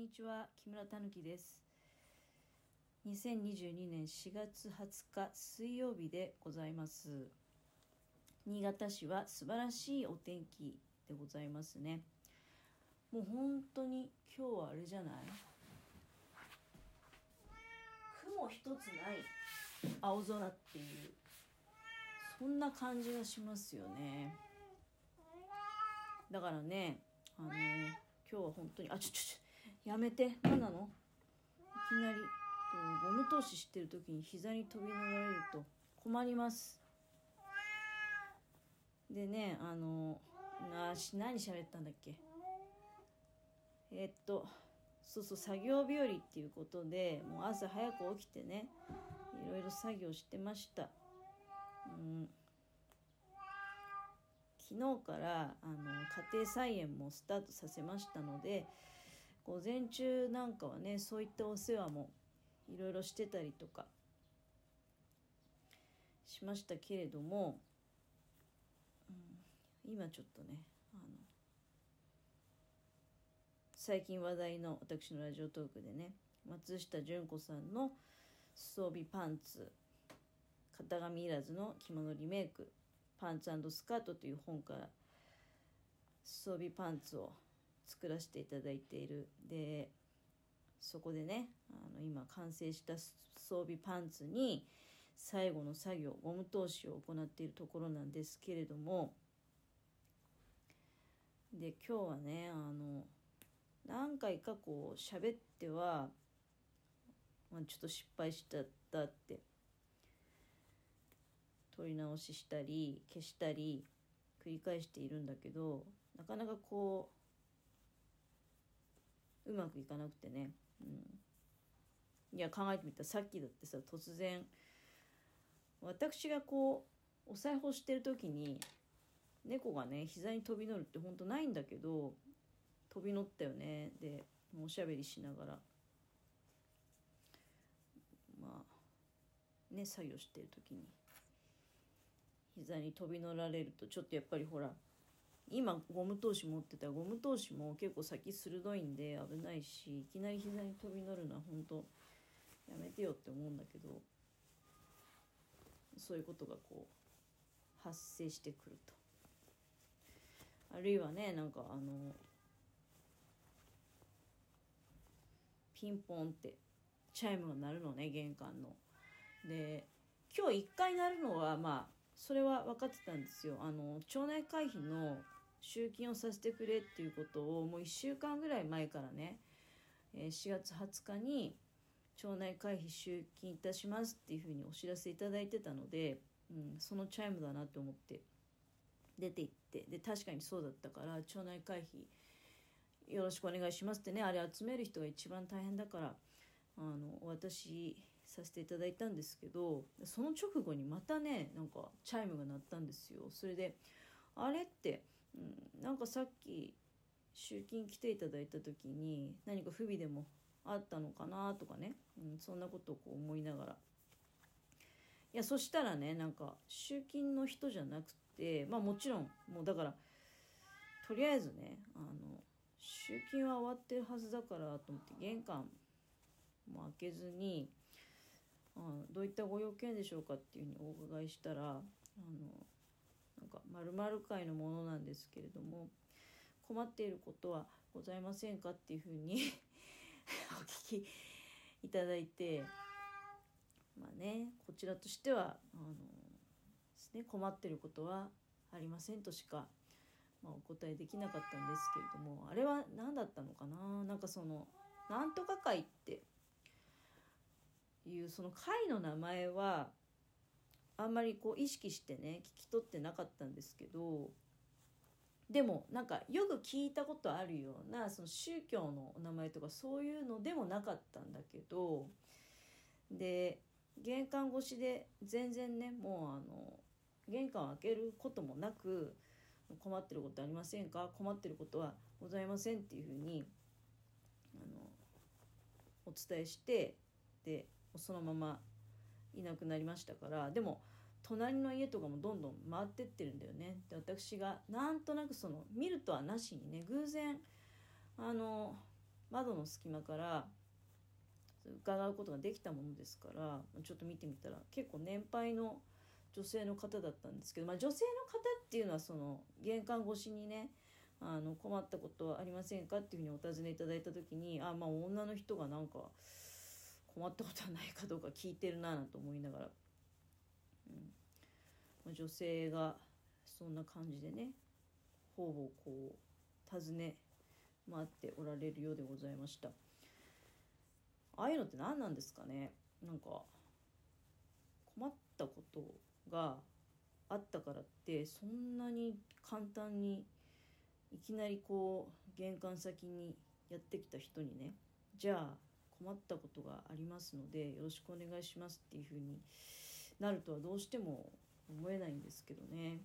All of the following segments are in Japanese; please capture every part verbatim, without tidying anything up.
にちは、木村たぬきです。にせんにじゅうにねんしがつはつか水曜日でございます。新潟市は素晴らしいお天気でございますね。もう本当に今日はあれじゃない？雲一つない青空っていう、そんな感じがしますよね。だからね、あの今日は本当にあちょちょちょやめて、何なの？いきなりゴム通ししてる時に膝に飛び乗られると困ります。でね、あのな何喋ったんだっけ。えっとそうそう作業日和っていうことで、もう朝早く起きてね、いろいろ作業してました。うん、昨日からあの家庭菜園もスタートさせましたので、午前中なんかはね、そういったお世話もいろいろしてたりとかしましたけれども、うん、今ちょっとね、あの最近話題の私のラジオトークでね、松下純子さんの裾帯パンツ型紙いらずの着物リメイクパンツ&スカートという本から裾帯パンツを作らせていただいている。でそこでね、あの今完成した裾帯パンツに最後の作業、ゴム通しを行っているところなんですけれども、で今日はね、あの何回かこう喋っては、まあ、ちょっと失敗しちゃったって撮り直ししたり消したり繰り返しているんだけど、なかなかこううまくいかなくてね、うん、いや考えてみたらさっきだってさ、突然私がこうお裁縫してる時に猫がね膝に飛び乗るってほんとないんだけど、飛び乗ったよね。でおしゃべりしながらまあね作業してる時に膝に飛び乗られると、ちょっとやっぱりほら、今ゴム通し持ってたらゴム通しも結構先鋭いんで危ないし、いきなり膝に飛び乗るのは本当やめてよって思うんだけど、そういうことがこう発生してくると。あるいはね、なんかあのピンポンってチャイムが鳴るのね、玄関の。で今日いっかい鳴るのはまあそれは分かってたんですよ。あの町内会費の集金をさせてくれっていうことをもういっしゅうかんぐらい前からね、しがつはつかに町内会費集金いたしますっていうふうにお知らせいただいてたので、うん、そのチャイムだなと思って出て行って、で確かにそうだったから、町内会費よろしくお願いしますってね、あれ集める人が一番大変だからあのお渡しさせていただいたんですけど、その直後にまたね、なんかチャイムが鳴ったんですよ。それであれって、うん、なんかさっき集金来ていただいた時に何か不備でもあったのかなとかね、うん、そんなことをこう思いながら、いやそしたらね、なんか集金の人じゃなくて、まあもちろんもうだからとりあえずね、あの集金は終わってるはずだからと思って玄関も開けずに、あどういったご用件でしょうかっていうふうにお伺いしたら、あのなんか〇〇会のものなんですけれども、困っていることはございませんかっていうふうにお聞きいただいて、まあね、こちらとしてはあのですね、困っていることはありませんとしか、まあ、お答えできなかったんですけれども、あれは何だったのかな。なんかそのなんとか会っていうその会の名前はあんまりこう意識してね聞き取ってなかったんですけど、でもなんかよく聞いたことあるようなその宗教のお名前とかそういうのでもなかったんだけど、で玄関越しで全然ね、もうあの玄関を開けることもなく、困ってることありませんか、困ってることはございませんっていうふうにあのお伝えして、でそのままいなくなりましたから。でも隣の家とかもどんどん回ってってるんだよね。で私がなんとなくその見るとはなしにね、偶然あの窓の隙間から伺うことができたものですから、ちょっと見てみたら結構年配の女性の方だったんですけど、まあ、女性の方っていうのはその玄関越しにね、あの困ったことはありませんかっていうふうにお尋ねいただいた時に、あまあ女の人がなんか困ったことはないかどうか聞いてるなと思いながら、うんまあ、女性がそんな感じでね方々こう尋ね回っておられるようでございました。ああいうのって何なんですかね。なんか困ったことがあったからってそんなに簡単にいきなりこう玄関先にやってきた人にね、じゃあ困ったことがありますのでよろしくお願いしますっていう風になるとはどうしても思えないんですけどね。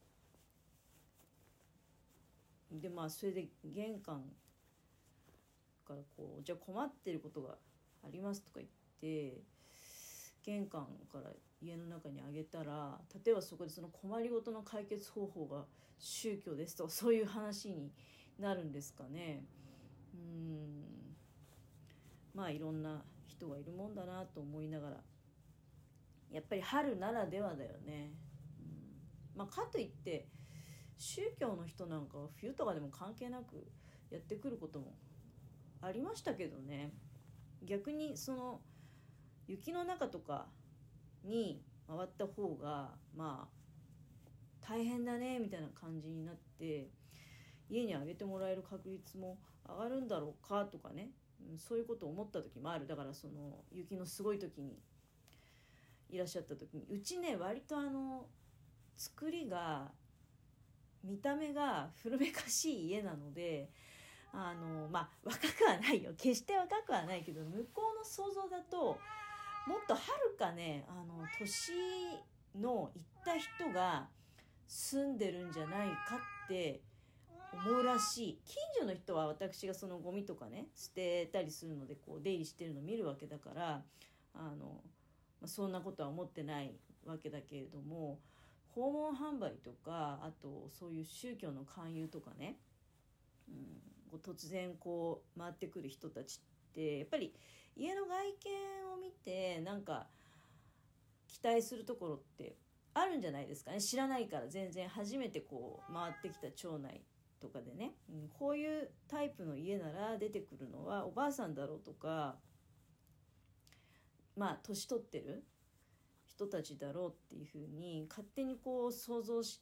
でまあそれで玄関からこうじゃあ困ってることがありますとか言って玄関から家の中にあげたら、例えばそこでその困りごとの解決方法が宗教ですとかそういう話になるんですかね。うーんまあいろんな人がいるもんだなと思いながら、やっぱり春ならではだよね。うんまあ、かといって宗教の人なんかは冬とかでも関係なくやってくることもありましたけどね。逆にその雪の中とかに回った方がまあ大変だねみたいな感じになって家にあげてもらえる確率も上がるんだろうかとかね、うん、そういうことを思った時もある。だからその雪のすごい時にいらっしゃった時に、うちね割とあの作りが見た目が古めかしい家なので、あのまあ若くはないよ、決して若くはないけど向こうの想像だともっとはるかねあの年のいった人が住んでるんじゃないかって思うらしい。近所の人は私がそのゴミとかね捨てたりするのでこう出入りしてるのを見るわけだから、あの、まあ、そんなことは思ってないわけだけれども、訪問販売とかあとそういう宗教の勧誘とかね、うん、突然こう回ってくる人たちってやっぱり家の外見を見てなんか期待するところってあるんじゃないですかね。知らないから全然初めてこう回ってきた町内とかでね、うん、こういうタイプの家なら出てくるのはおばあさんだろうとか、まあ年取ってる人たちだろうっていう風に勝手にこう想像して、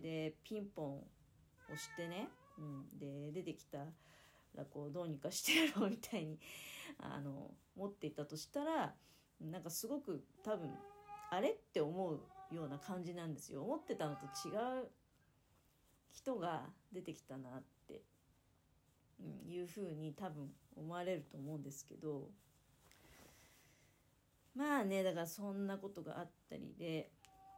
でピンポン押してね、うん、で出てきたらこうどうにかしてやろうみたいにあの持っていたとしたら、なんかすごく多分あれって思うような感じなんですよ。思ってたのと違う人が出てきたなって、うん、いうふうに多分思われると思うんですけど、まあねだからそんなことがあったりで、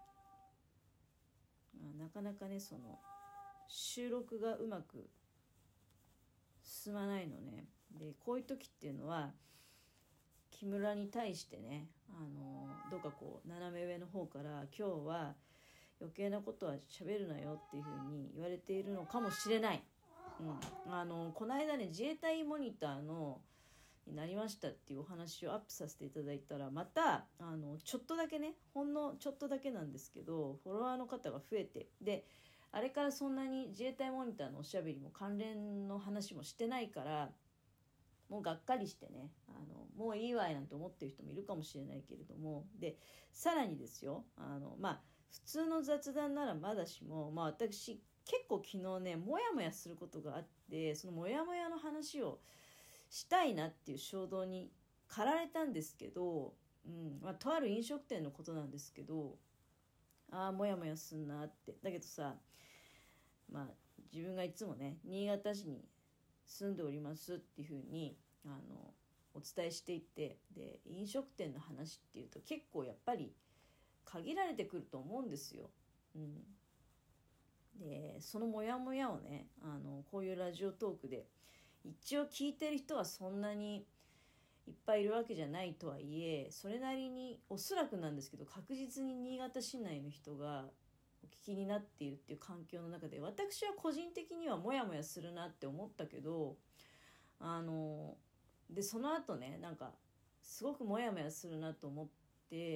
なかなかねその収録がうまく進まないのね。でこういう時っていうのは木村に対してね、あのどうかこう斜め上の方から今日は余計なことは喋るなよっていう風に言われているのかもしれない。うん、あのこの間ね自衛隊モニターのになりましたっていうお話をアップさせていただいたら、またあのちょっとだけねほんのちょっとだけなんですけどフォロワーの方が増えて、であれからそんなに自衛隊モニターのおしゃべりも関連の話もしてないからもうがっかりしてね、あのもういいわいなんて思ってる人もいるかもしれないけれども、でさらにですよ、あのまあ普通の雑談ならまだしも、まあ私結構昨日ねモヤモヤすることがあって、そのモヤモヤの話をしたいなっていう衝動に駆られたんですけど、うんまあ、とある飲食店のことなんですけど、ああモヤモヤすんなって。だけどさ、まあ自分がいつもね新潟市に住んでおりますっていうふうにあのお伝えしていて、で飲食店の話っていうと結構やっぱり限られてくると思うんですよ。うん、でそのモヤモヤをねあのこういうラジオトークで一応聞いてる人はそんなにいっぱいいるわけじゃないとはいえ、それなりにおそらくなんですけど確実に新潟市内の人がお聞きになっているっていう環境の中で、私は個人的にはモヤモヤするなって思ったけど、 あのでその後ね、なんかすごくモヤモヤするなと思って、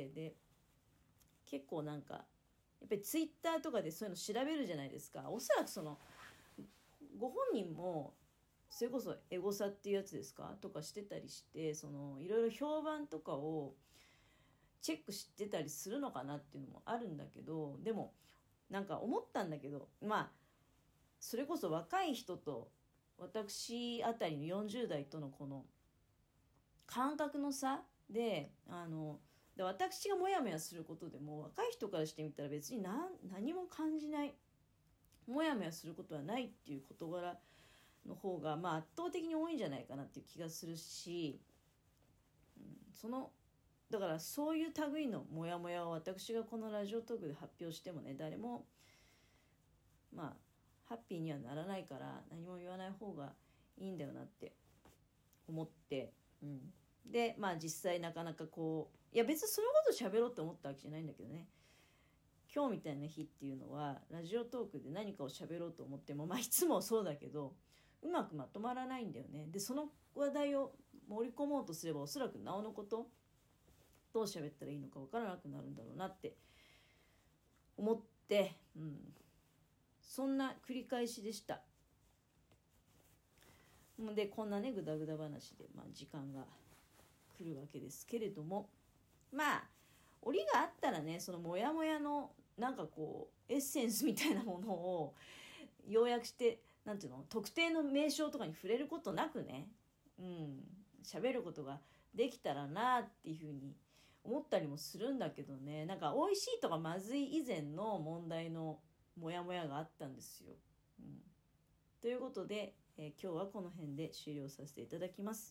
で結構なんかやっぱりツイッターとかでそういうの調べるじゃないですか。おそらくそのご本人もそれこそエゴサっていうやつですかとかしてたりして、そのいろいろ評判とかをチェックしてたりするのかなっていうのもあるんだけど、でもなんか思ったんだけど、まあそれこそ若い人と私あたりのよんじゅう代とのこの感覚の差で、あので私がモヤモヤすることでも若い人からしてみたら別に何何も感じない、モヤモヤすることはないっていう事柄の方がまあ圧倒的に多いんじゃないかなっていう気がするし、うん、そのだからそういう類のモヤモヤを私がこのラジオトークで発表してもね、誰もまあハッピーにはならないから何も言わない方がいいんだよなって思って、うん、でまあ実際なかなかこう、いや別にそのこと喋ろうと思ったわけじゃないんだけどね、今日みたいな日っていうのはラジオトークで何かを喋ろうと思っても、まあいつもそうだけどうまくまとまらないんだよね。でその話題を盛り込もうとすればおそらくなおのことどう喋ったらいいのか分からなくなるんだろうなって思って、うん、そんな繰り返しでした。でこんなねグダグダ話で、まあ、時間が来るわけですけれども、まあ折があったらね、そのモヤモヤのなんかこうエッセンスみたいなものを要約して、なんていうの、特定の名称とかに触れることなくね、うん喋ることができたらなっていうふうに思ったりもするんだけどね。なんか美味しいとかまずい以前の問題のモヤモヤがあったんですよ、うん、ということで、えー、今日はこの辺で終了させていただきます。